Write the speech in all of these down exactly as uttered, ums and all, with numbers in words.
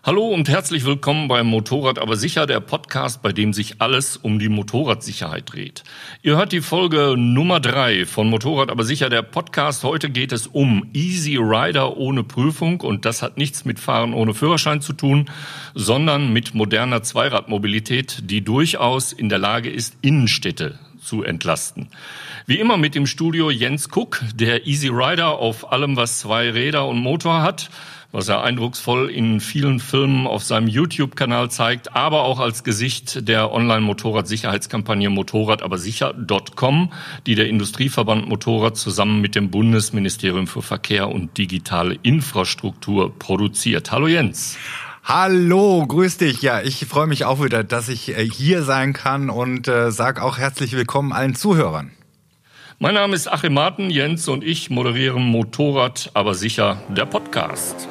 Hallo und herzlich willkommen beim Motorrad aber sicher, der Podcast, bei dem sich alles um die Motorradsicherheit dreht. Ihr hört die Folge Nummer drei von Motorrad aber sicher, der Podcast. Heute geht es um Easy Rider ohne Prüfung und das hat nichts mit Fahren ohne Führerschein zu tun, sondern mit moderner Zweiradmobilität, die durchaus in der Lage ist, Innenstädte zu entlasten. Wie immer mit dem Studio Jens Kuck, der Easy Rider auf allem, was zwei Räder und Motor hat, was er eindrucksvoll in vielen Filmen auf seinem YouTube-Kanal zeigt, aber auch als Gesicht der Online-Motorradsicherheitskampagne motorrad aber sicher Punkt com, die der Industrieverband Motorrad zusammen mit dem Bundesministerium für Verkehr und digitale Infrastruktur produziert. Hallo Jens. Hallo, grüß dich. Ja, ich freue mich auch wieder, dass ich hier sein kann und äh, sage auch herzlich willkommen allen Zuhörern. Mein Name ist Achim Marten, Jens und ich moderieren Motorrad aber sicher, der Podcast.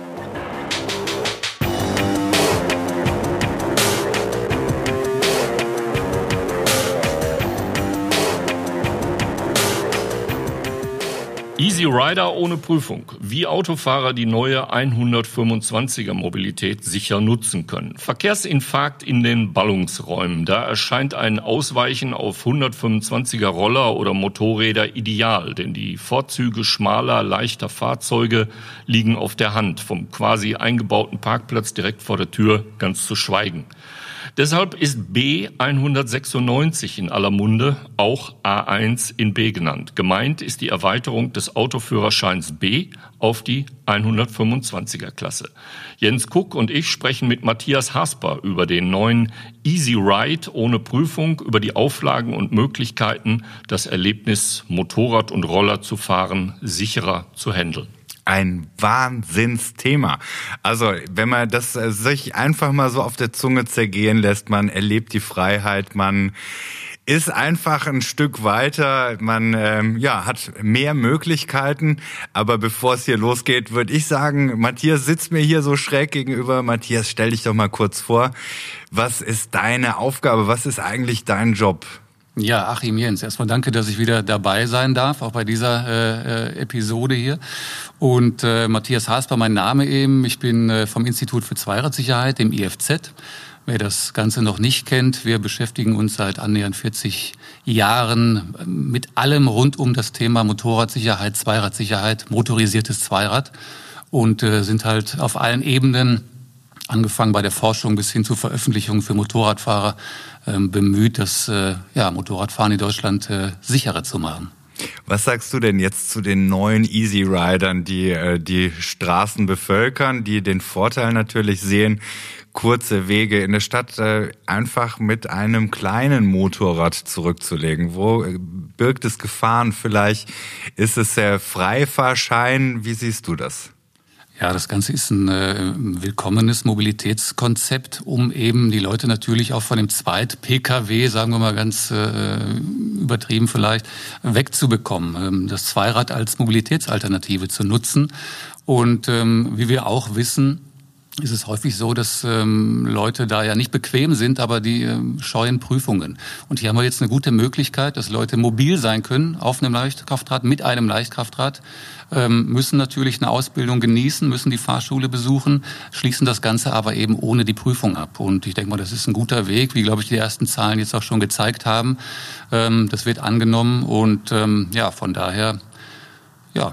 Easy Rider ohne Prüfung. Wie Autofahrer die neue hundertfünfundzwanziger Mobilität sicher nutzen können. Verkehrsinfarkt in den Ballungsräumen. Da erscheint ein Ausweichen auf hundertfünfundzwanziger Roller oder Motorräder ideal, denn die Vorzüge schmaler, leichter Fahrzeuge liegen auf der Hand. Vom quasi eingebauten Parkplatz direkt vor der Tür ganz zu schweigen. Deshalb ist B hundertsechsundneunzig in aller Munde, auch A eins in B genannt. Gemeint ist die Erweiterung des Autoführerscheins B auf die hundertfünfundzwanziger Klasse. Jens Kuck und ich sprechen mit Matthias Hasper über den neuen Easy Ride ohne Prüfung, über die Auflagen und Möglichkeiten, das Erlebnis Motorrad und Roller zu fahren, sicherer zu handeln. Ein Wahnsinnsthema. Also, wenn man das äh, sich einfach mal so auf der Zunge zergehen lässt, man erlebt die Freiheit, man ist einfach ein Stück weiter, man ähm, ja hat mehr Möglichkeiten. Aber bevor es hier losgeht, würde ich sagen, Matthias sitzt mir hier so schräg gegenüber. Matthias, stell dich doch mal kurz vor. Was ist deine Aufgabe? Was ist eigentlich dein Job? Ja, Achim, Jens, erstmal danke, dass ich wieder dabei sein darf, auch bei dieser äh, Episode hier. Und äh, Matthias Hasper, mein Name eben. Ich bin äh, vom Institut für Zweiradsicherheit, dem I F Z. Wer das Ganze noch nicht kennt, wir beschäftigen uns seit annähernd vierzig Jahren mit allem rund um das Thema Motorradsicherheit, Zweiradsicherheit, motorisiertes Zweirad und äh, sind halt auf allen Ebenen, angefangen bei der Forschung bis hin zur Veröffentlichung für Motorradfahrer, ähm, bemüht, das äh, ja, Motorradfahren in Deutschland äh, sicherer zu machen. Was sagst du denn jetzt zu den neuen Easy Ridern, die äh, die Straßen bevölkern, die den Vorteil natürlich sehen, kurze Wege in der Stadt äh, einfach mit einem kleinen Motorrad zurückzulegen? Wo äh, birgt es Gefahren? Vielleicht ist es der Freifahrschein. Wie siehst du das? Ja, das Ganze ist ein äh, willkommenes Mobilitätskonzept, um eben die Leute natürlich auch von dem Zweit-P K W, sagen wir mal ganz äh, übertrieben vielleicht, wegzubekommen, ähm, das Zweirad als Mobilitätsalternative zu nutzen. Und ähm, wie wir auch wissen, ist es häufig so, dass ähm, Leute da ja nicht bequem sind, aber die ähm, scheuen Prüfungen. Und hier haben wir jetzt eine gute Möglichkeit, dass Leute mobil sein können auf einem Leichtkraftrad, mit einem Leichtkraftrad, ähm, müssen natürlich eine Ausbildung genießen, müssen die Fahrschule besuchen, schließen das Ganze aber eben ohne die Prüfung ab. Und ich denke mal, das ist ein guter Weg, wie, glaube ich, die ersten Zahlen jetzt auch schon gezeigt haben. Ähm, das wird angenommen und ähm, ja, von daher, ja,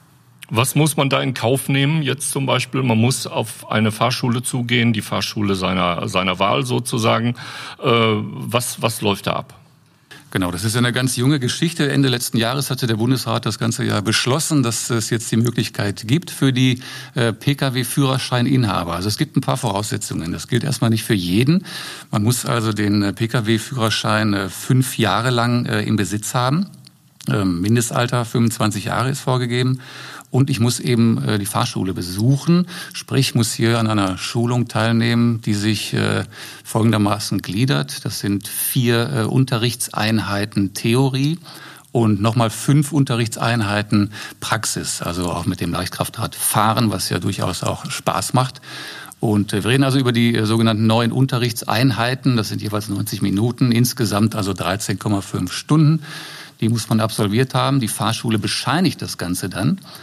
was muss man da in Kauf nehmen? Jetzt zum Beispiel, man muss auf eine Fahrschule zugehen, die Fahrschule seiner seiner Wahl sozusagen. Äh, was was läuft da ab? Genau, das ist eine ganz junge Geschichte. Ende letzten Jahres hatte der Bundesrat das Ganze ja beschlossen, dass es jetzt die Möglichkeit gibt für die äh, P K W-Führerscheininhaber. Also es gibt ein paar Voraussetzungen. Das gilt erstmal nicht für jeden. Man muss also den äh, P K W-Führerschein äh, fünf Jahre lang äh, im Besitz haben. Ähm, Mindestalter fünfundzwanzig Jahre ist vorgegeben. Und ich muss eben äh, die Fahrschule besuchen, sprich muss hier an einer Schulung teilnehmen, die sich äh, folgendermaßen gliedert. Das sind vier äh, Unterrichtseinheiten Theorie und nochmal fünf Unterrichtseinheiten Praxis, also auch mit dem Leichtkraftrad fahren, was ja durchaus auch Spaß macht. Und wir reden also über die äh, sogenannten neuen Unterrichtseinheiten, das sind jeweils neunzig Minuten, insgesamt also dreizehn Komma fünf Stunden. Die muss man absolviert haben, die Fahrschule bescheinigt das Ganze dann.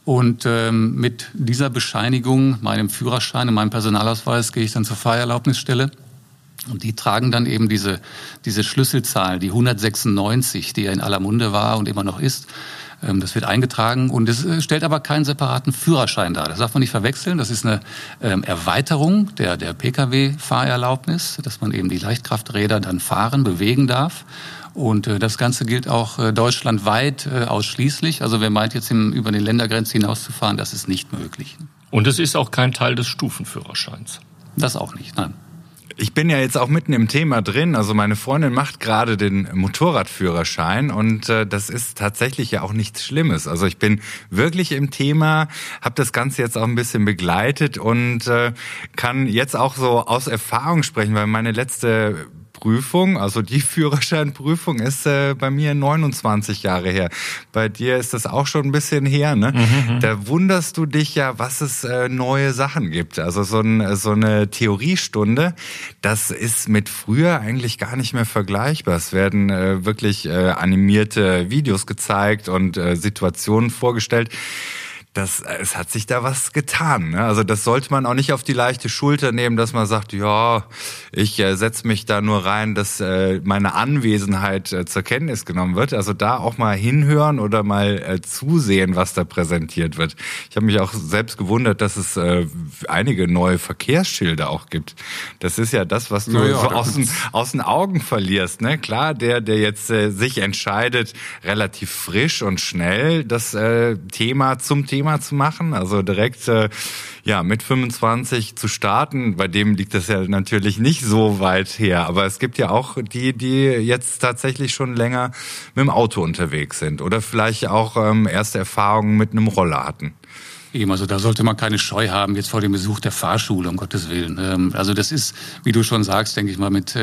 Und ähm, mit dieser Bescheinigung, meinem Führerschein und meinem Personalausweis, gehe ich dann zur Fahrerlaubnisstelle. Und die tragen dann eben diese, diese Schlüsselzahl, die hundertsechsundneunzig, die ja in aller Munde war und immer noch ist. Ähm, das wird eingetragen und es äh, stellt aber keinen separaten Führerschein dar. Das darf man nicht verwechseln. Das ist eine ähm, Erweiterung der, der Pkw-Fahrerlaubnis, dass man eben die Leichtkrafträder dann fahren, bewegen darf. Und äh, das Ganze gilt auch äh, deutschlandweit äh, ausschließlich. Also wer meint jetzt im, über den Ländergrenzen hinauszufahren, das ist nicht möglich. Und es ist auch kein Teil des Stufenführerscheins. Das auch nicht, nein. Ich bin ja jetzt auch mitten im Thema drin. Also meine Freundin macht gerade den Motorradführerschein und äh, das ist tatsächlich ja auch nichts Schlimmes. Also ich bin wirklich im Thema, habe das Ganze jetzt auch ein bisschen begleitet und äh, kann jetzt auch so aus Erfahrung sprechen, weil meine letzte Prüfung, also die Führerscheinprüfung ist äh, bei mir neunundzwanzig Jahre her. Bei dir ist das auch schon ein bisschen her, ne? Mhm. Da wunderst du dich ja, was es äh, neue Sachen gibt. Also so, ein, so eine Theoriestunde, das ist mit früher eigentlich gar nicht mehr vergleichbar. Es werden äh, wirklich äh, animierte Videos gezeigt und äh, Situationen vorgestellt. Das, es hat sich da was getan, ne? Also das sollte man auch nicht auf die leichte Schulter nehmen, dass man sagt, ja, ich äh, setze mich da nur rein, dass äh, meine Anwesenheit äh, zur Kenntnis genommen wird. Also da auch mal hinhören oder mal äh, zusehen, was da präsentiert wird. Ich habe mich auch selbst gewundert, dass es äh, einige neue Verkehrsschilder auch gibt. Das ist ja das, was du ja, ja, so aus den, aus den Augen verlierst, ne? Klar, der, der jetzt äh, sich entscheidet, relativ frisch und schnell das äh, Thema zum Thema zu machen, also direkt äh, ja mit fünfundzwanzig zu starten, bei dem liegt das ja natürlich nicht so weit her, aber es gibt ja auch die, die jetzt tatsächlich schon länger mit dem Auto unterwegs sind oder vielleicht auch ähm, erste Erfahrungen mit einem Roller hatten. Eben, also da sollte man keine Scheu haben jetzt vor dem Besuch der Fahrschule, um Gottes Willen. Also das ist, wie du schon sagst, denke ich mal, mit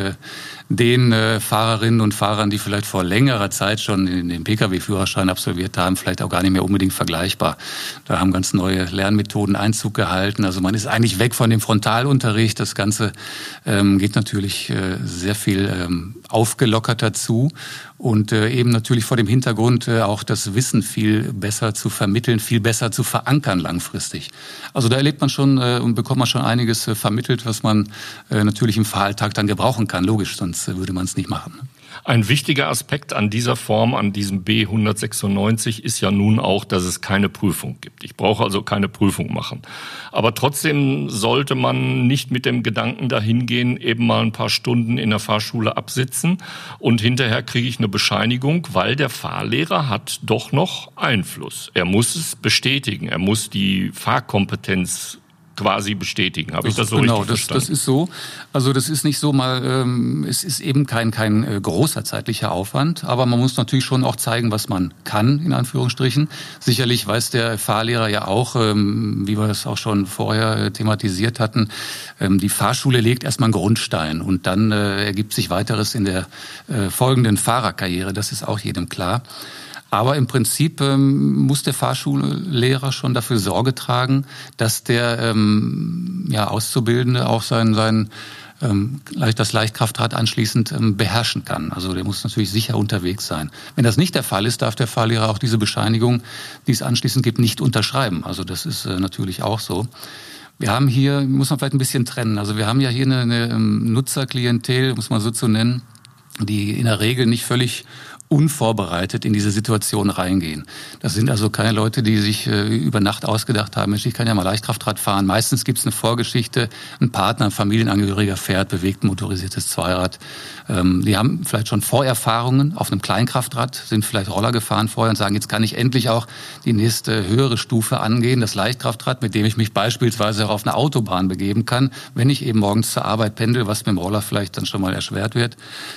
den Fahrerinnen und Fahrern, die vielleicht vor längerer Zeit schon den Pkw-Führerschein absolviert haben, vielleicht auch gar nicht mehr unbedingt vergleichbar. Da haben ganz neue Lernmethoden Einzug gehalten. Also man ist eigentlich weg von dem Frontalunterricht. Das Ganze geht natürlich sehr viel aufgelockerter zu. Und äh, eben natürlich vor dem Hintergrund äh, auch das Wissen viel besser zu vermitteln, viel besser zu verankern langfristig. Also da erlebt man schon äh, und bekommt man schon einiges äh, vermittelt, was man äh, natürlich im Fahralltag dann gebrauchen kann. Logisch, sonst äh, würde man es nicht machen. Ein wichtiger Aspekt an dieser Form, an diesem B hundertsechsundneunzig, ist ja nun auch, dass es keine Prüfung gibt. Ich brauche also keine Prüfung machen. Aber trotzdem sollte man nicht mit dem Gedanken dahin gehen, eben mal ein paar Stunden in der Fahrschule absitzen und hinterher kriege ich eine Bescheinigung, weil der Fahrlehrer hat doch noch Einfluss. Er muss es bestätigen, er muss die Fahrkompetenz quasi bestätigen. Habe ich das so genau, richtig das, verstanden? Das ist so. Also das ist nicht so mal, ähm, es ist eben kein, kein äh, großer zeitlicher Aufwand, aber man muss natürlich schon auch zeigen, was man kann, in Anführungsstrichen. Sicherlich weiß der Fahrlehrer ja auch, ähm, wie wir das auch schon vorher äh, thematisiert hatten, ähm, die Fahrschule legt erstmal einen Grundstein und dann äh, ergibt sich Weiteres in der äh, folgenden Fahrerkarriere. Das ist auch jedem klar. Aber im Prinzip ähm, muss der Fahrschullehrer schon dafür Sorge tragen, dass der ähm, ja, Auszubildende auch sein, sein ähm, das Leichtkraftrad anschließend ähm, beherrschen kann. Also der muss natürlich sicher unterwegs sein. Wenn das nicht der Fall ist, darf der Fahrlehrer auch diese Bescheinigung, die es anschließend gibt, nicht unterschreiben. Also das ist äh, natürlich auch so. Wir haben hier, muss man vielleicht ein bisschen trennen, also wir haben ja hier eine, eine Nutzerklientel, muss man so zu nennen, die in der Regel nicht völlig unvorbereitet in diese Situation reingehen. Das sind also keine Leute, die sich äh, über Nacht ausgedacht haben, Mensch, ich kann ja mal Leichtkraftrad fahren. Meistens gibt es eine Vorgeschichte, ein Partner, ein Familienangehöriger fährt, bewegt ein motorisiertes Zweirad. Ähm, die haben vielleicht schon Vorerfahrungen auf einem Kleinkraftrad, sind vielleicht Roller gefahren vorher und sagen, jetzt kann ich endlich auch die nächste höhere Stufe angehen, das Leichtkraftrad, mit dem ich mich beispielsweise auch auf eine Autobahn begeben kann, wenn ich eben morgens zur Arbeit pendel, was mit dem Roller vielleicht dann schon mal erschwert wird.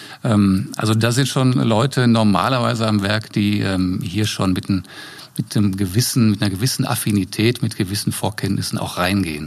Also da sind schon Leute normalerweise am Werk, die ähm, hier schon mit, ein, mit einem gewissen, mit einer gewissen Affinität, mit gewissen Vorkenntnissen auch reingehen.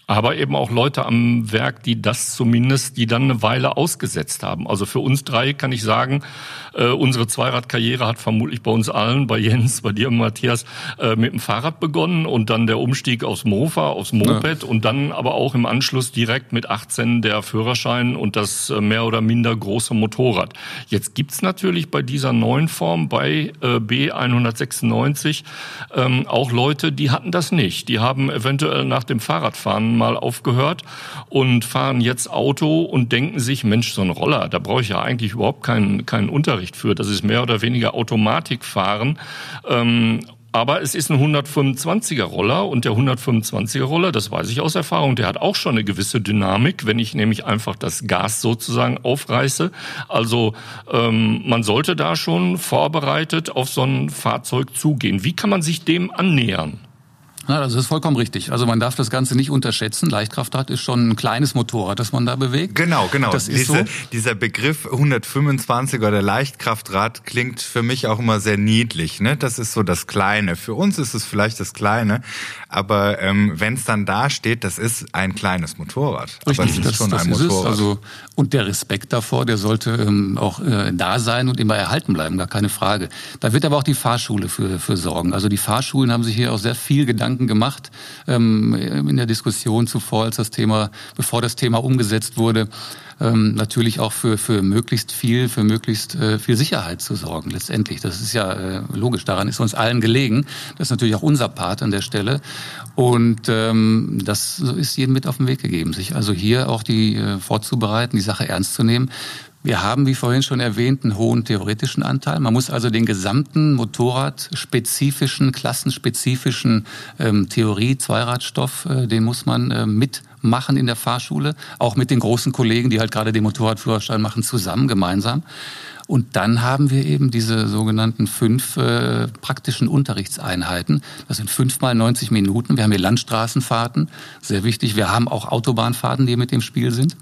Aber eben auch Leute am Werk, die das zumindest, die dann eine Weile ausgesetzt haben. Also für uns drei kann ich sagen, äh, unsere Zweiradkarriere hat vermutlich bei uns allen, bei Jens, bei dir, Matthias, äh, mit dem Fahrrad begonnen und dann der Umstieg aufs Mofa, aufs Moped ja. und dann aber auch im Anschluss direkt mit achtzehn der Führerschein und das äh, mehr oder minder große Motorrad. Jetzt gibt's natürlich bei dieser neuen Form, bei äh, B hundertsechsundneunzig, ähm, auch Leute, die hatten das nicht. Die haben eventuell nach dem Fahrradfahren mal aufgehört und fahren jetzt Auto und denken sich, Mensch, so ein Roller, da brauche ich ja eigentlich überhaupt keinen keinen Unterricht für. Das ist mehr oder weniger Automatikfahren. Ähm, aber es ist ein hundertfünfundzwanziger Roller und der hundertfünfundzwanziger Roller, das weiß ich aus Erfahrung, der hat auch schon eine gewisse Dynamik, wenn ich nämlich einfach das Gas sozusagen aufreiße. Also ähm, man sollte da schon vorbereitet auf so ein Fahrzeug zugehen. Wie kann man sich dem annähern? Na, das ist vollkommen richtig. Also man darf das Ganze nicht unterschätzen. Leichtkraftrad ist schon ein kleines Motorrad, das man da bewegt. Genau, genau. Das ist Diese, so. Dieser Begriff hundertfünfundzwanziger oder Leichtkraftrad klingt für mich auch immer sehr niedlich. Ne? Das ist so das Kleine. Für uns ist es vielleicht das Kleine, aber ähm, wenn es dann da steht, das ist ein kleines Motorrad. Richtig, aber es ist das, schon das ein ist Motorrad. Es. Also, und der Respekt davor, der sollte ähm, auch äh, da sein und immer erhalten bleiben, gar keine Frage. Da wird aber auch die Fahrschule für, für sorgen. Also die Fahrschulen haben sich hier auch sehr viel Gedanken gemacht ähm, in der Diskussion zuvor, als das Thema, bevor das Thema umgesetzt wurde, ähm, natürlich auch für für möglichst viel, für möglichst äh, viel Sicherheit zu sorgen. Letztendlich, das ist ja äh, logisch. Daran ist uns allen gelegen. Das ist natürlich auch unser Part an der Stelle. Und ähm, das ist jedem mit auf den Weg gegeben, sich also hier auch die äh, vorzubereiten, die Sache ernst zu nehmen. Wir haben, wie vorhin schon erwähnt, einen hohen theoretischen Anteil. Man muss also den gesamten motorradspezifischen, klassenspezifischen ähm, Theorie-Zweiradstoff, äh, den muss man äh, mitmachen in der Fahrschule, auch mit den großen Kollegen, die halt gerade den Motorradführerschein machen, zusammen, gemeinsam. Und dann haben wir eben diese sogenannten fünf äh, praktischen Unterrichtseinheiten. Das sind fünfmal neunzig Minuten. Wir haben hier Landstraßenfahrten, sehr wichtig. Wir haben auch Autobahnfahrten, die mit im Spiel sind.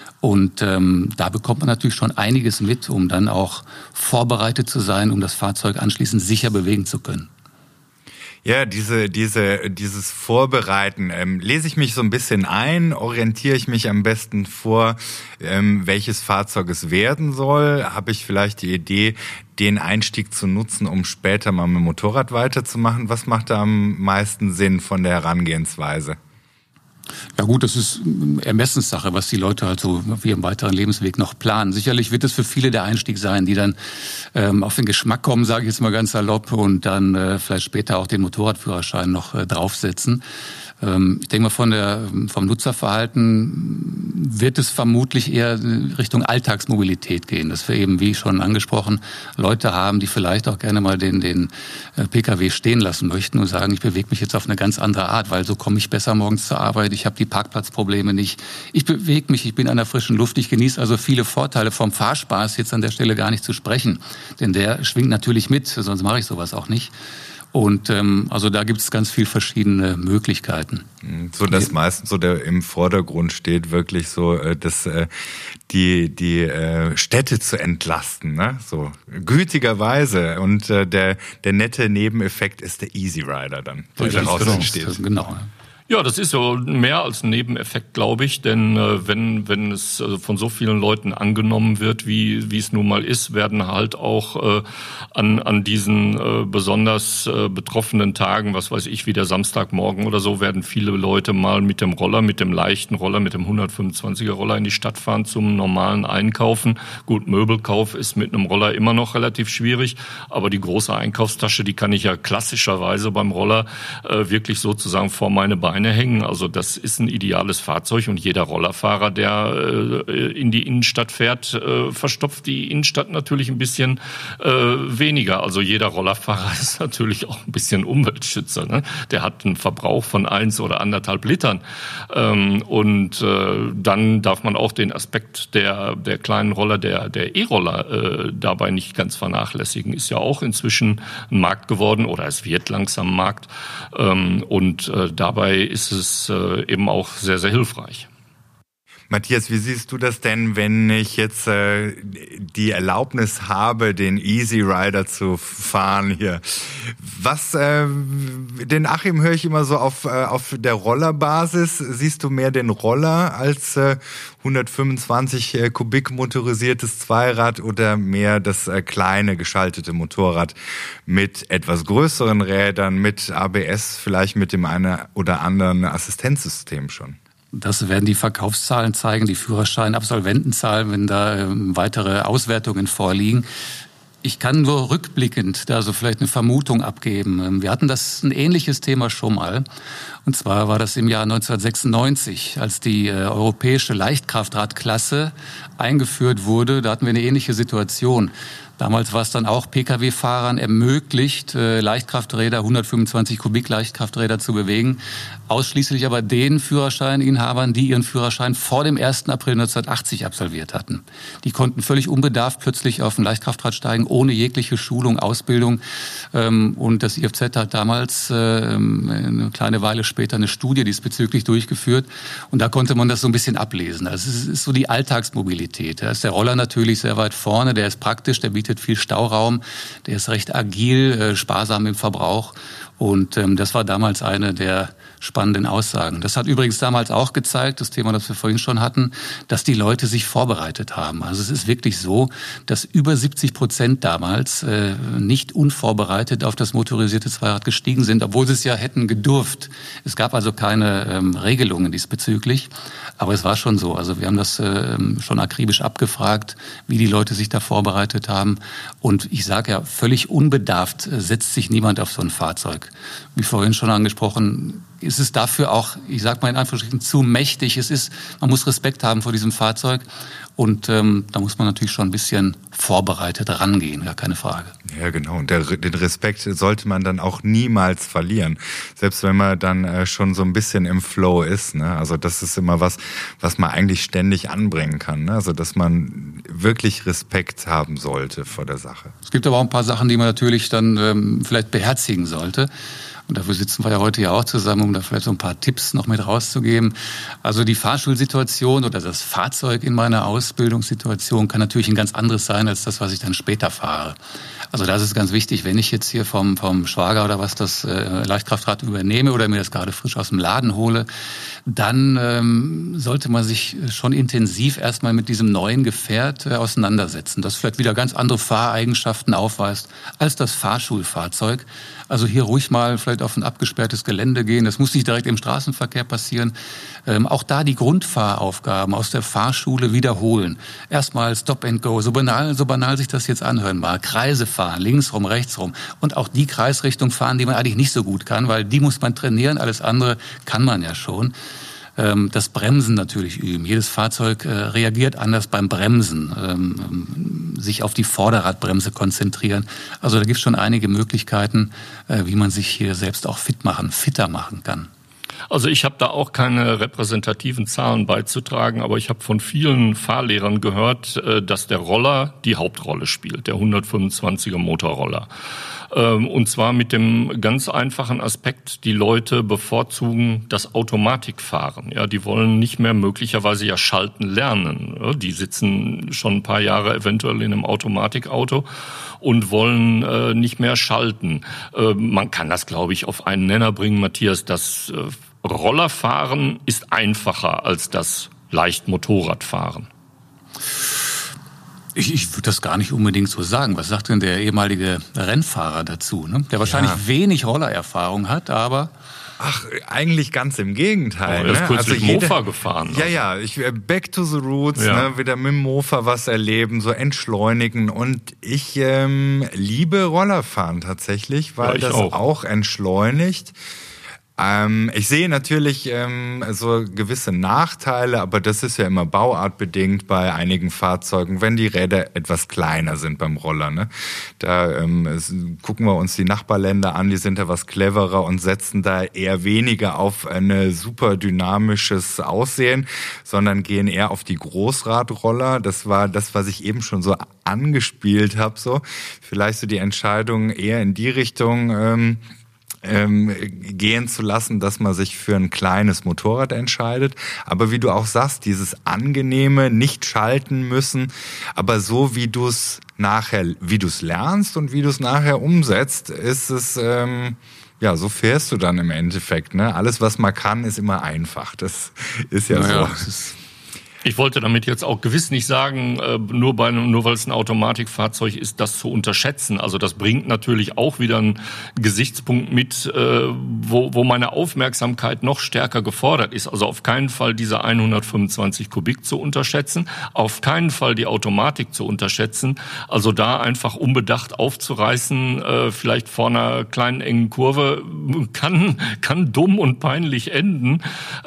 Und ähm, da bekommt man natürlich schon einiges mit, um dann auch vorbereitet zu sein, um das Fahrzeug anschließend sicher bewegen zu können. Ja, diese, diese, dieses Vorbereiten, ähm, lese ich mich so ein bisschen ein, orientiere ich mich am besten vor, ähm, welches Fahrzeug es werden soll, habe ich vielleicht die Idee, den Einstieg zu nutzen, um später mal mit dem Motorrad weiterzumachen. Was macht da am meisten Sinn von der Herangehensweise? Ja gut, das ist Ermessenssache, was die Leute halt so auf ihrem weiteren Lebensweg noch planen. Sicherlich wird es für viele der Einstieg sein, die dann ähm, auf den Geschmack kommen, sage ich jetzt mal ganz salopp, und dann äh, vielleicht später auch den Motorradführerschein noch äh, draufsetzen. Ähm, ich denke mal, von der, vom Nutzerverhalten wird es vermutlich eher Richtung Alltagsmobilität gehen, dass wir eben, wie schon angesprochen, Leute haben, die vielleicht auch gerne mal den, den P K W stehen lassen möchten und sagen, ich bewege mich jetzt auf eine ganz andere Art, weil so komme ich besser morgens zur Arbeit, ich habe die Parkplatzprobleme nicht, ich bewege mich, ich bin an der frischen Luft, ich genieße also viele Vorteile. Vom Fahrspaß jetzt an der Stelle gar nicht zu sprechen, denn der schwingt natürlich mit, sonst mache ich sowas auch nicht. Und ähm, also da gibt es ganz viel verschiedene Möglichkeiten. So dass meistens so der im Vordergrund steht, wirklich so, äh, dass äh, die die äh, Städte zu entlasten, ne? So gütigerweise. Und äh, der der nette Nebeneffekt ist der Easy Rider dann, der ja, daraus genau, entsteht. Genau. Ja, das ist so mehr als ein Nebeneffekt, glaube ich, denn äh, wenn wenn es äh, von so vielen Leuten angenommen wird, wie wie es nun mal ist, werden halt auch äh, an an diesen äh, besonders äh, betroffenen Tagen, was weiß ich, wie der Samstagmorgen oder so, werden viele Leute mal mit dem Roller, mit dem leichten Roller, mit dem hundertfünfundzwanziger Roller in die Stadt fahren zum normalen Einkaufen. Gut, Möbelkauf ist mit einem Roller immer noch relativ schwierig, aber die große Einkaufstasche, die kann ich ja klassischerweise beim Roller äh, wirklich sozusagen vor meine Beine hängen. Also das ist ein ideales Fahrzeug und jeder Rollerfahrer, der äh, in die Innenstadt fährt, äh, verstopft die Innenstadt natürlich ein bisschen äh, weniger. Also jeder Rollerfahrer ist natürlich auch ein bisschen Umweltschützer, ne? Der hat einen Verbrauch von eins oder anderthalb Litern. Ähm, und äh, dann darf man auch den Aspekt der der kleinen Roller, der der E-Roller äh, dabei nicht ganz vernachlässigen. Ist ja auch inzwischen ein Markt geworden oder es wird langsam Markt. Ähm, und äh, dabei ist es äh, eben auch sehr, sehr hilfreich. Matthias, wie siehst du das denn, wenn ich jetzt äh, die Erlaubnis habe, den Easy Rider zu fahren hier? Was, äh, den Achim höre ich immer so auf, äh, auf der Rollerbasis. Siehst du mehr den Roller als äh, hundertfünfundzwanzig äh, Kubik motorisiertes Zweirad oder mehr das äh, kleine geschaltete Motorrad mit etwas größeren Rädern, mit A B S, vielleicht mit dem einen oder anderen Assistenzsystem schon? Das werden die Verkaufszahlen zeigen, die Führerschein-Absolventenzahlen, wenn da ähm, weitere Auswertungen vorliegen. Ich kann nur rückblickend da so vielleicht eine Vermutung abgeben. Wir hatten das ein ähnliches Thema schon mal. Und zwar war das im Jahr neunzehnhundertsechsundneunzig, als die äh, europäische Leichtkraftradklasse eingeführt wurde. Da hatten wir eine ähnliche Situation. Damals war es dann auch Pkw-Fahrern ermöglicht, äh, Leichtkrafträder, hundertfünfundzwanzig Kubik Leichtkrafträder zu bewegen. Ausschließlich aber den Führerscheininhabern, die ihren Führerschein vor dem ersten April neunzehnhundertachtzig absolviert hatten. Die konnten völlig unbedarft plötzlich auf ein Leichtkraftrad steigen, ohne jegliche Schulung, Ausbildung. Ähm, und das I F Z hat damals äh, eine kleine Weile später eine Studie diesbezüglich durchgeführt. Und da konnte man das so ein bisschen ablesen. Also es ist so die Alltagsmobilität. Da ist der Roller natürlich sehr weit vorne, der ist praktisch, der bietet viel Stauraum, der ist recht agil, äh, sparsam im Verbrauch. Und ähm, das war damals eine der spannenden Aussagen. Das hat übrigens damals auch gezeigt, das Thema, das wir vorhin schon hatten, dass die Leute sich vorbereitet haben. Also es ist wirklich so, dass über siebzig Prozent damals äh, nicht unvorbereitet auf das motorisierte Zweirad gestiegen sind, obwohl sie es ja hätten gedurft. Es gab also keine ähm, Regelungen diesbezüglich, aber es war schon so. Also wir haben das äh, schon akribisch abgefragt, wie die Leute sich da vorbereitet haben. Und ich sage ja, völlig unbedarft äh, setzt sich niemand auf so ein Fahrzeug. Wie vorhin schon angesprochen, ist es dafür auch, ich sage mal in Anführungsstrichen, zu mächtig. Es ist, man muss Respekt haben vor diesem Fahrzeug und ähm, da muss man natürlich schon ein bisschen vorbereitet rangehen, gar keine Frage. Ja, genau. Und der, den Respekt sollte man dann auch niemals verlieren, selbst wenn man dann äh, schon so ein bisschen im Flow ist. Ne? Also das ist immer was, was man eigentlich ständig anbringen kann. Ne? Also dass man wirklich Respekt haben sollte vor der Sache. Es gibt aber auch ein paar Sachen, die man natürlich dann ähm, vielleicht beherzigen sollte. Und dafür sitzen wir ja heute ja auch zusammen, um da vielleicht so ein paar Tipps noch mit rauszugeben. Also die Fahrschulsituation oder das Fahrzeug in meiner Ausbildungssituation kann natürlich ein ganz anderes sein als das, was ich dann später fahre. Also das ist ganz wichtig, wenn ich jetzt hier vom, vom Schwager oder was das äh, Leichtkraftrad übernehme oder mir das gerade frisch aus dem Laden hole, dann ähm, sollte man sich schon intensiv erstmal mit diesem neuen Gefährt äh, auseinandersetzen, das vielleicht wieder ganz andere Fahreigenschaften aufweist als das Fahrschulfahrzeug. Also hier ruhig mal vielleicht auf ein abgesperrtes Gelände gehen. Das muss nicht direkt im Straßenverkehr passieren. Ähm, auch da die Grundfahraufgaben aus der Fahrschule wiederholen. Erstmal Stop and Go, so banal, so banal sich das jetzt anhören mag. Kreise fahren, links rum, rechts rum. Und auch die Kreisrichtung fahren, die man eigentlich nicht so gut kann, weil die muss man trainieren. Alles andere kann man ja schon. Das Bremsen natürlich üben. Jedes Fahrzeug äh, reagiert anders beim Bremsen. Ähm, sich auf die Vorderradbremse konzentrieren. Also da gibt es schon einige Möglichkeiten, äh, wie man sich hier selbst auch fit machen, fitter machen kann. Also ich habe da auch keine repräsentativen Zahlen beizutragen, aber ich habe von vielen Fahrlehrern gehört, dass der Roller die Hauptrolle spielt, der hundertfünfundzwanziger Motorroller. Und zwar mit dem ganz einfachen Aspekt, die Leute bevorzugen das Automatikfahren. Ja, die wollen nicht mehr möglicherweise ja schalten lernen. Die sitzen schon ein paar Jahre eventuell in einem Automatikauto und wollen äh, nicht mehr schalten. Äh, man kann das, glaube ich, auf einen Nenner bringen, Matthias, das äh, Rollerfahren ist einfacher als das Leichtmotorradfahren. Ich, ich würde das gar nicht unbedingt so sagen. Was sagt denn der ehemalige Rennfahrer dazu? Ne? Der wahrscheinlich ja. wenig Rollererfahrung hat, aber... Ach, eigentlich ganz im Gegenteil. Oh, er ist ne? kürzlich also jede, Mofa gefahren. Ja, ja, ich back to the roots, ja. ne? Wieder mit dem Mofa was erleben, so entschleunigen. Und ich ähm, liebe Rollerfahren tatsächlich, weil ja, das auch. auch entschleunigt. Ähm, ich sehe natürlich ähm, so gewisse Nachteile, aber das ist ja immer bauartbedingt bei einigen Fahrzeugen, wenn die Räder etwas kleiner sind beim Roller. Ne? Da ähm, es, gucken wir uns die Nachbarländer an, die sind da was cleverer und setzen da eher weniger auf ein super dynamisches Aussehen, sondern gehen eher auf die Großradroller. Das war das, was ich eben schon so angespielt habe. So. Vielleicht so die Entscheidung eher in die Richtung... Ähm, ähm, gehen zu lassen, dass man sich für ein kleines Motorrad entscheidet. Aber wie du auch sagst, dieses angenehme, nicht schalten müssen, aber so wie du es nachher, wie du es lernst und wie du es nachher umsetzt, ist es, ähm, ja, so fährst du dann im Endeffekt. Ne? Alles, was man kann, ist immer einfach. Das ist ja naja, so. Ich wollte damit jetzt auch gewiss nicht sagen, nur bei einem, nur weil es ein Automatikfahrzeug ist, das zu unterschätzen. Also das bringt natürlich auch wieder einen Gesichtspunkt mit, wo, wo meine Aufmerksamkeit noch stärker gefordert ist. Also auf keinen Fall diese hundertfünfundzwanzig Kubik zu unterschätzen, auf keinen Fall die Automatik zu unterschätzen. Also da einfach unbedacht aufzureißen, vielleicht vor einer kleinen engen Kurve, kann, kann dumm und peinlich enden.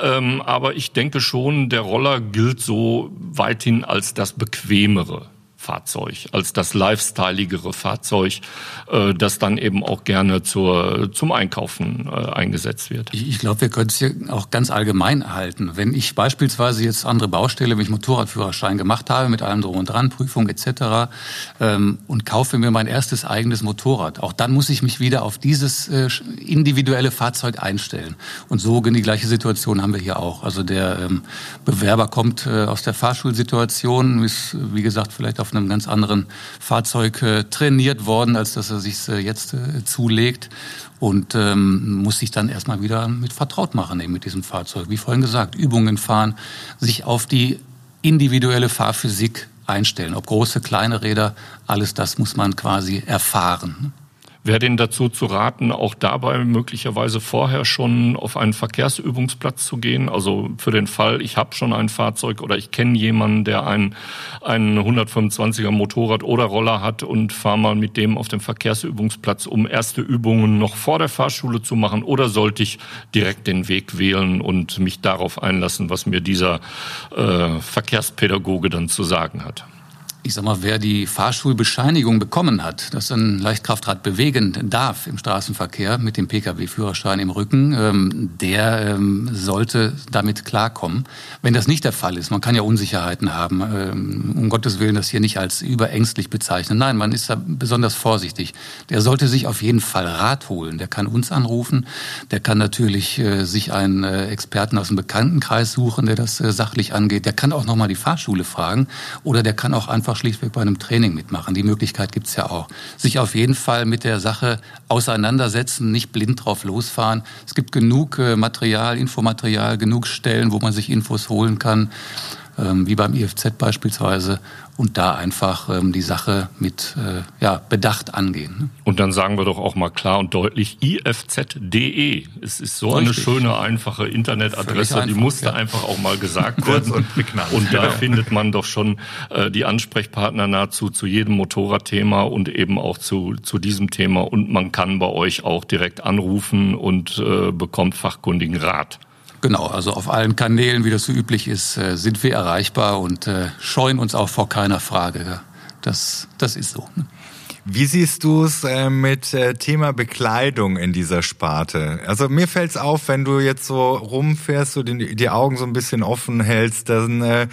Aber ich denke schon, der Roller gilt so weithin als das bequemere Fahrzeug, als das lifestyleigere Fahrzeug, äh, das dann eben auch gerne zur, zum Einkaufen äh, eingesetzt wird. Ich, ich glaube, wir können es hier auch ganz allgemein halten. Wenn ich beispielsweise jetzt andere Baustelle, wenn ich Motorradführerschein gemacht habe, mit allem drum und dran, Prüfung et cetera, ähm, und kaufe mir mein erstes eigenes Motorrad, auch dann muss ich mich wieder auf dieses äh, individuelle Fahrzeug einstellen. Und so die gleiche Situation haben wir hier auch. Also der ähm, Bewerber kommt äh, aus der Fahrschulsituation, ist, wie gesagt, vielleicht auf einem ganz anderen Fahrzeug äh, trainiert worden, als dass er sich äh, jetzt äh, zulegt und ähm, muss sich dann erstmal wieder mit vertraut machen eben mit diesem Fahrzeug. Wie vorhin gesagt, Übungen fahren, sich auf die individuelle Fahrphysik einstellen. Ob große, kleine Räder, alles das muss man quasi erfahren. Wäre denn dazu zu raten, auch dabei möglicherweise vorher schon auf einen Verkehrsübungsplatz zu gehen? Also für den Fall, ich habe schon ein Fahrzeug oder ich kenne jemanden, der ein, ein hundertfünfundzwanziger Motorrad oder Roller hat und fahre mal mit dem auf dem Verkehrsübungsplatz, um erste Übungen noch vor der Fahrschule zu machen? Oder sollte ich direkt den Weg wählen und mich darauf einlassen, was mir dieser äh, Verkehrspädagoge dann zu sagen hat? Ich sag mal, wer die Fahrschulbescheinigung bekommen hat, dass ein Leichtkraftrad bewegen darf im Straßenverkehr mit dem Pkw-Führerschein im Rücken, ähm, der ähm, sollte damit klarkommen. Wenn das nicht der Fall ist, man kann ja Unsicherheiten haben, ähm, um Gottes Willen das hier nicht als überängstlich bezeichnen. Nein, man ist da besonders vorsichtig. Der sollte sich auf jeden Fall Rat holen. Der kann uns anrufen, der kann natürlich äh, sich einen äh, Experten aus dem Bekanntenkreis suchen, der das äh, sachlich angeht. Der kann auch nochmal die Fahrschule fragen oder der kann auch einfach schlichtweg bei einem Training mitmachen. Die Möglichkeit gibt's ja auch. Sich auf jeden Fall mit der Sache auseinandersetzen, nicht blind drauf losfahren. Es gibt genug äh, Material, Infomaterial, genug Stellen, wo man sich Infos holen kann, ähm, wie beim I F Z beispielsweise. Und da einfach ähm, die Sache mit äh, ja, Bedacht angehen. Ne? Und dann sagen wir doch auch mal klar und deutlich I F Z Punkt de. Es ist so Richtig. Eine schöne, einfache Internetadresse, einfach, die musste ja. einfach auch mal gesagt werden. und prägnant. Und da ja. findet man doch schon äh, die Ansprechpartner nahezu zu jedem Motorradthema und eben auch zu, zu diesem Thema. Und man kann bei euch auch direkt anrufen und äh, bekommt fachkundigen Rat. Genau, also auf allen Kanälen, wie das so üblich ist, sind wir erreichbar und äh, scheuen uns auch vor keiner Frage. Das, das ist so. Wie siehst du es äh, mit äh, Thema Bekleidung in dieser Sparte? Also mir fällt es auf, wenn du jetzt so rumfährst, so die, die Augen so ein bisschen offen hältst, dann äh,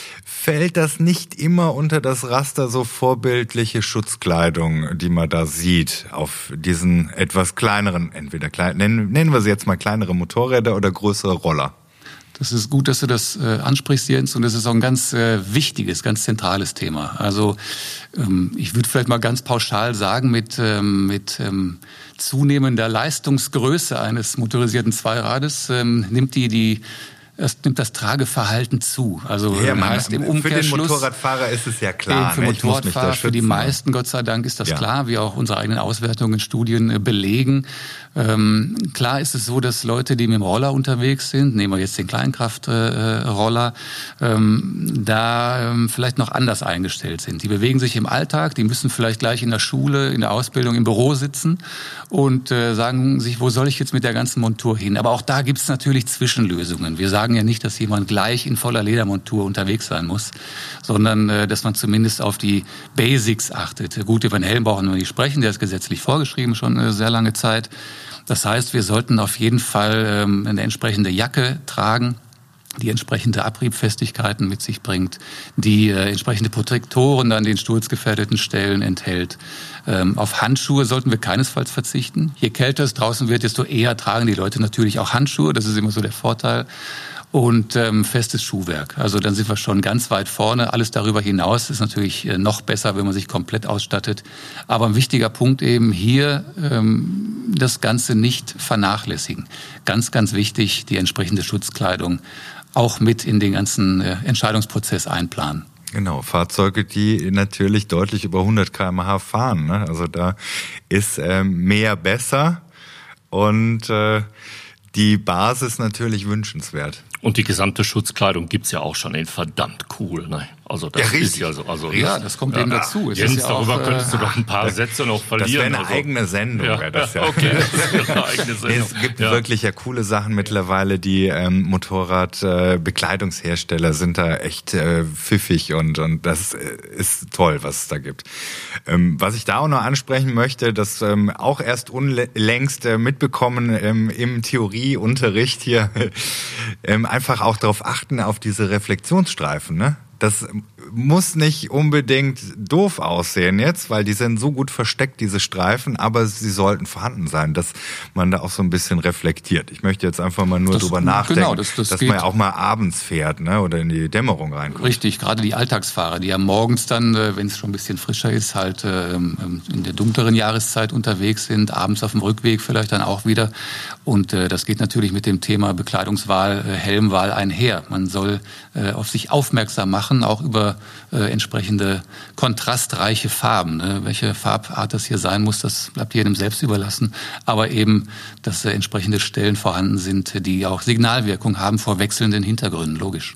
fällt das nicht immer unter das Raster so vorbildliche Schutzkleidung, die man da sieht auf diesen etwas kleineren, entweder klein, nennen, nennen wir sie jetzt mal kleinere Motorräder oder größere Roller. Das ist gut, dass du das äh, ansprichst, Jens, und das ist auch ein ganz äh, wichtiges, ganz zentrales Thema. Also ähm, ich würde vielleicht mal ganz pauschal sagen, mit, ähm, mit ähm, zunehmender Leistungsgröße eines motorisierten Zweirades ähm, nimmt die die Es nimmt das Trageverhalten zu. Also ja, man, heißt im Umkehrschluss, für den Motorradfahrer ist es ja klar. Für ne? Motorradfahrer, für die meisten, Gott sei Dank, ist das ja. klar, wie auch unsere eigenen Auswertungen, Studien äh, belegen. Ähm, klar ist es so, dass Leute, die mit dem Roller unterwegs sind, nehmen wir jetzt den Kleinkraftroller, äh, ähm, da ähm, vielleicht noch anders eingestellt sind. Die bewegen sich im Alltag, die müssen vielleicht gleich in der Schule, in der Ausbildung, im Büro sitzen und äh, sagen sich, wo soll ich jetzt mit der ganzen Montur hin? Aber auch da gibt es natürlich Zwischenlösungen. Wir sagen ja nicht, dass jemand gleich in voller Ledermontur unterwegs sein muss, sondern äh, dass man zumindest auf die Basics achtet. Gut, über den Helm brauchen wir nicht sprechen, der ist gesetzlich vorgeschrieben schon äh, sehr lange Zeit. Das heißt, wir sollten auf jeden Fall ähm, eine entsprechende Jacke tragen, die entsprechende Abriebfestigkeiten mit sich bringt, die äh, entsprechende Protektoren an den sturzgefährdeten Stellen enthält. Ähm, auf Handschuhe sollten wir keinesfalls verzichten. Je kälter es draußen wird, desto eher tragen die Leute natürlich auch Handschuhe. Das ist immer so der Vorteil. Und ähm, festes Schuhwerk. Also dann sind wir schon ganz weit vorne. Alles darüber hinaus ist natürlich äh, noch besser, wenn man sich komplett ausstattet. Aber ein wichtiger Punkt eben hier, ähm, das Ganze nicht vernachlässigen. Ganz, ganz wichtig, die entsprechende Schutzkleidung auch mit in den ganzen äh, Entscheidungsprozess einplanen. Genau, Fahrzeuge, die natürlich deutlich über hundert Kilometer pro Stunde fahren. Ne? Also da ist äh, mehr besser und äh, die Basis natürlich wünschenswert. Und die gesamte Schutzkleidung gibt's ja auch schon in verdammt cool, ne? Also das ja, ist ja so. Also ja, das kommt ja, eben dazu. Es Jens, ist ja darüber auch, könntest du doch ein paar das, Sätze noch verlieren. Das wäre eine also. eigene Sendung. Ja, wäre das ja. Okay, das wäre eine eigene Sendung. Es gibt ja. wirklich ja coole Sachen mittlerweile. Die ähm, Motorradbekleidungshersteller äh, sind da echt äh, pfiffig und und das äh, ist toll, was es da gibt. Ähm, was ich da auch noch ansprechen möchte, das ähm, auch erst unlängst äh, mitbekommen ähm, im Theorieunterricht hier, ähm, einfach auch darauf achten auf diese Reflexionsstreifen, ne? Das muss nicht unbedingt doof aussehen jetzt, weil die sind so gut versteckt, diese Streifen, aber sie sollten vorhanden sein, dass man da auch so ein bisschen reflektiert. Ich möchte jetzt einfach mal nur das, drüber nachdenken, genau, das, das dass geht. man ja auch mal abends fährt, ne, oder in die Dämmerung reinkommt. Richtig, gerade die Alltagsfahrer, die ja morgens dann, wenn es schon ein bisschen frischer ist, halt in der dunkleren Jahreszeit unterwegs sind, abends auf dem Rückweg vielleicht dann auch wieder. Und das geht natürlich mit dem Thema Bekleidungswahl, Helmwahl einher. Man soll auf sich aufmerksam machen, auch über äh, entsprechende kontrastreiche Farben. Ne? Welche Farbart das hier sein muss, das bleibt jedem selbst überlassen. Aber eben, dass äh, entsprechende Stellen vorhanden sind, die auch Signalwirkung haben vor wechselnden Hintergründen, logisch.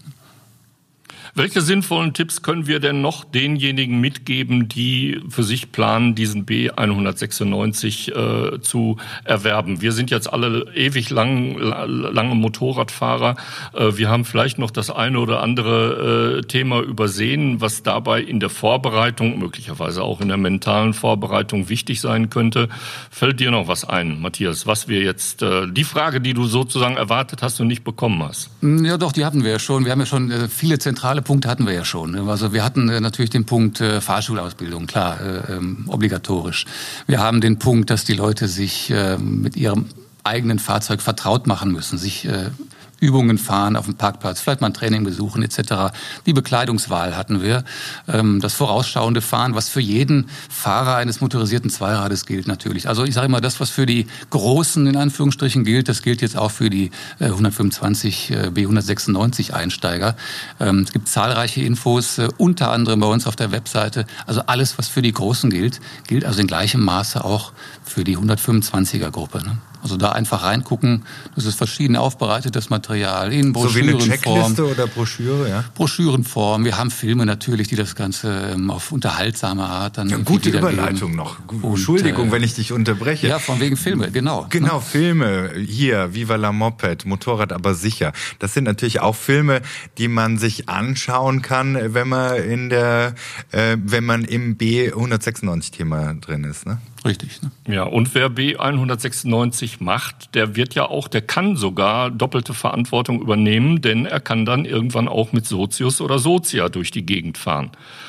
Welche sinnvollen Tipps können wir denn noch denjenigen mitgeben, die für sich planen, diesen B hundertsechsundneunzig äh, zu erwerben? Wir sind jetzt alle ewig lang, lange Motorradfahrer. Äh, wir haben vielleicht noch das eine oder andere äh, Thema übersehen, was dabei in der Vorbereitung, möglicherweise auch in der mentalen Vorbereitung wichtig sein könnte. Fällt dir noch was ein, Matthias, was wir jetzt, äh, die Frage, die du sozusagen erwartet hast und nicht bekommen hast? Ja doch, die hatten wir ja schon. Wir haben ja schon äh, viele zentrale Punkte hatten wir ja schon. Also wir hatten äh, natürlich den Punkt äh, Fahrschulausbildung, klar, äh, ähm, obligatorisch. Wir haben den Punkt, dass die Leute sich äh, mit ihrem eigenen Fahrzeug vertraut machen müssen, sich äh, Übungen fahren auf dem Parkplatz, vielleicht mal ein Training besuchen et cetera. Die Bekleidungswahl hatten wir. Das vorausschauende Fahren, was für jeden Fahrer eines motorisierten Zweirades gilt natürlich. Also ich sage immer, das, was für die Großen in Anführungsstrichen gilt, das gilt jetzt auch für die hundertfünfundzwanzig B hundertsechsundneunzig Einsteiger. Es gibt zahlreiche Infos, unter anderem bei uns auf der Webseite. Also alles, was für die Großen gilt, gilt also in gleichem Maße auch für die hundertfünfundzwanziger Gruppe. Also da einfach reingucken. Das ist verschieden aufbereitetes Material in Broschürenform. So wie eine Checkliste oder Broschüre, ja? Broschürenform. Wir haben Filme natürlich, die das Ganze auf unterhaltsame Art dann ja, gute Überleitung noch. Und, Entschuldigung, äh, wenn ich dich unterbreche. Ja, von wegen Filme, genau. Genau, Filme. Hier, Viva la Moped, Motorrad aber sicher. Das sind natürlich auch Filme, die man sich anschauen kann, wenn man in der, äh, wenn man im B hundertsechsundneunzig Thema drin ist, ne? Richtig. Ne? Ja, und wer B hundertsechsundneunzig macht, der wird ja auch, der kann sogar doppelte Verantwortung übernehmen, denn er kann dann irgendwann auch mit Sozius oder Sozia durch die Gegend fahren.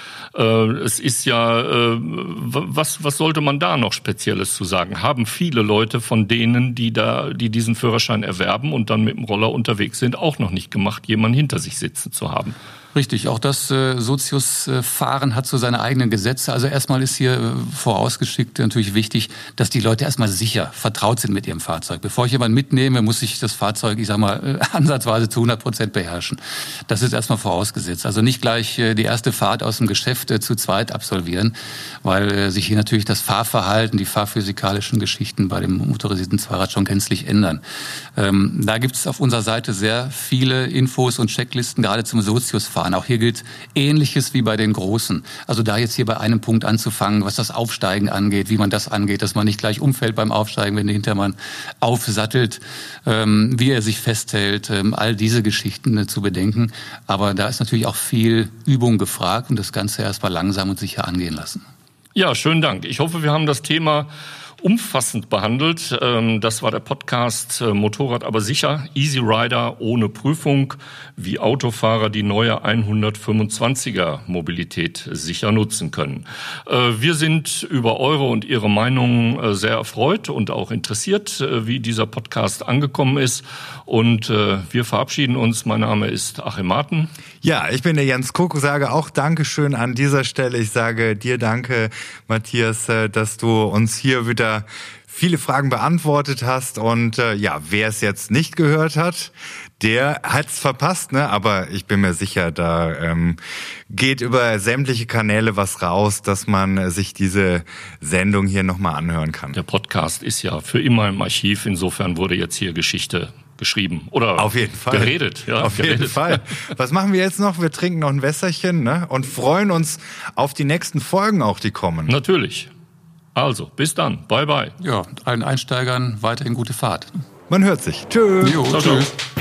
Äh, es ist ja, äh, was, was sollte man da noch Spezielles zu sagen? Haben viele Leute von denen, die da, die diesen Führerschein erwerben und dann mit dem Roller unterwegs sind, auch noch nicht gemacht, jemanden hinter sich sitzen zu haben. Richtig, auch das äh, Sozius-Fahren hat so seine eigenen Gesetze. Also erstmal ist hier äh, vorausgeschickt natürlich wichtig, dass die Leute erstmal sicher vertraut sind mit ihrem Fahrzeug. Bevor ich jemanden mitnehme, muss ich das Fahrzeug, ich sag mal, äh, ansatzweise zu hundert Prozent beherrschen. Das ist erstmal vorausgesetzt. Also nicht gleich äh, die erste Fahrt aus dem Geschäft äh, zu zweit absolvieren, weil äh, sich hier natürlich das Fahrverhalten, die fahrphysikalischen Geschichten bei dem motorisierten Zweirad schon gänzlich ändern. Ähm, da gibt es auf unserer Seite sehr viele Infos und Checklisten, gerade zum Sozius-Fahren. Auch hier gilt Ähnliches wie bei den Großen. Also da jetzt hier bei einem Punkt anzufangen, was das Aufsteigen angeht, wie man das angeht, dass man nicht gleich umfällt beim Aufsteigen, wenn der Hintermann aufsattelt, ähm, wie er sich festhält, ähm, all diese Geschichten äh, zu bedenken. Aber da ist natürlich auch viel Übung gefragt und das Ganze erstmal langsam und sicher angehen lassen. Ja, schönen Dank. Ich hoffe, wir haben das Thema umfassend behandelt. Das war der Podcast Motorrad aber sicher, Easy Rider ohne Prüfung, wie Autofahrer die neue hundertfünfundzwanziger Mobilität sicher nutzen können. Wir sind über eure und Ihre Meinung sehr erfreut und auch interessiert, wie dieser Podcast angekommen ist. Und wir verabschieden uns. Mein Name ist Achim Marten. Ja, ich bin der Jens Kuck, sage auch Dankeschön an dieser Stelle. Ich sage dir danke, Matthias, dass du uns hier wieder viele Fragen beantwortet hast. Und äh, ja, wer es jetzt nicht gehört hat, der hat's verpasst, ne? Aber ich bin mir sicher, da ähm, geht über sämtliche Kanäle was raus, dass man sich diese Sendung hier nochmal anhören kann. Der Podcast ist ja für immer im Archiv. Insofern wurde jetzt hier Geschichte geschrieben oder auf jeden Fall geredet. Ja, auf geredet. jeden Fall. Was machen wir jetzt noch? Wir trinken noch ein Wässerchen, ne? Und freuen uns auf die nächsten Folgen auch, die kommen. Natürlich. Also, bis dann. Bye, bye. Ja, allen Einsteigern weiterhin gute Fahrt. Man hört sich. Tschüss. Jo, ciao, tschüss. Ciao.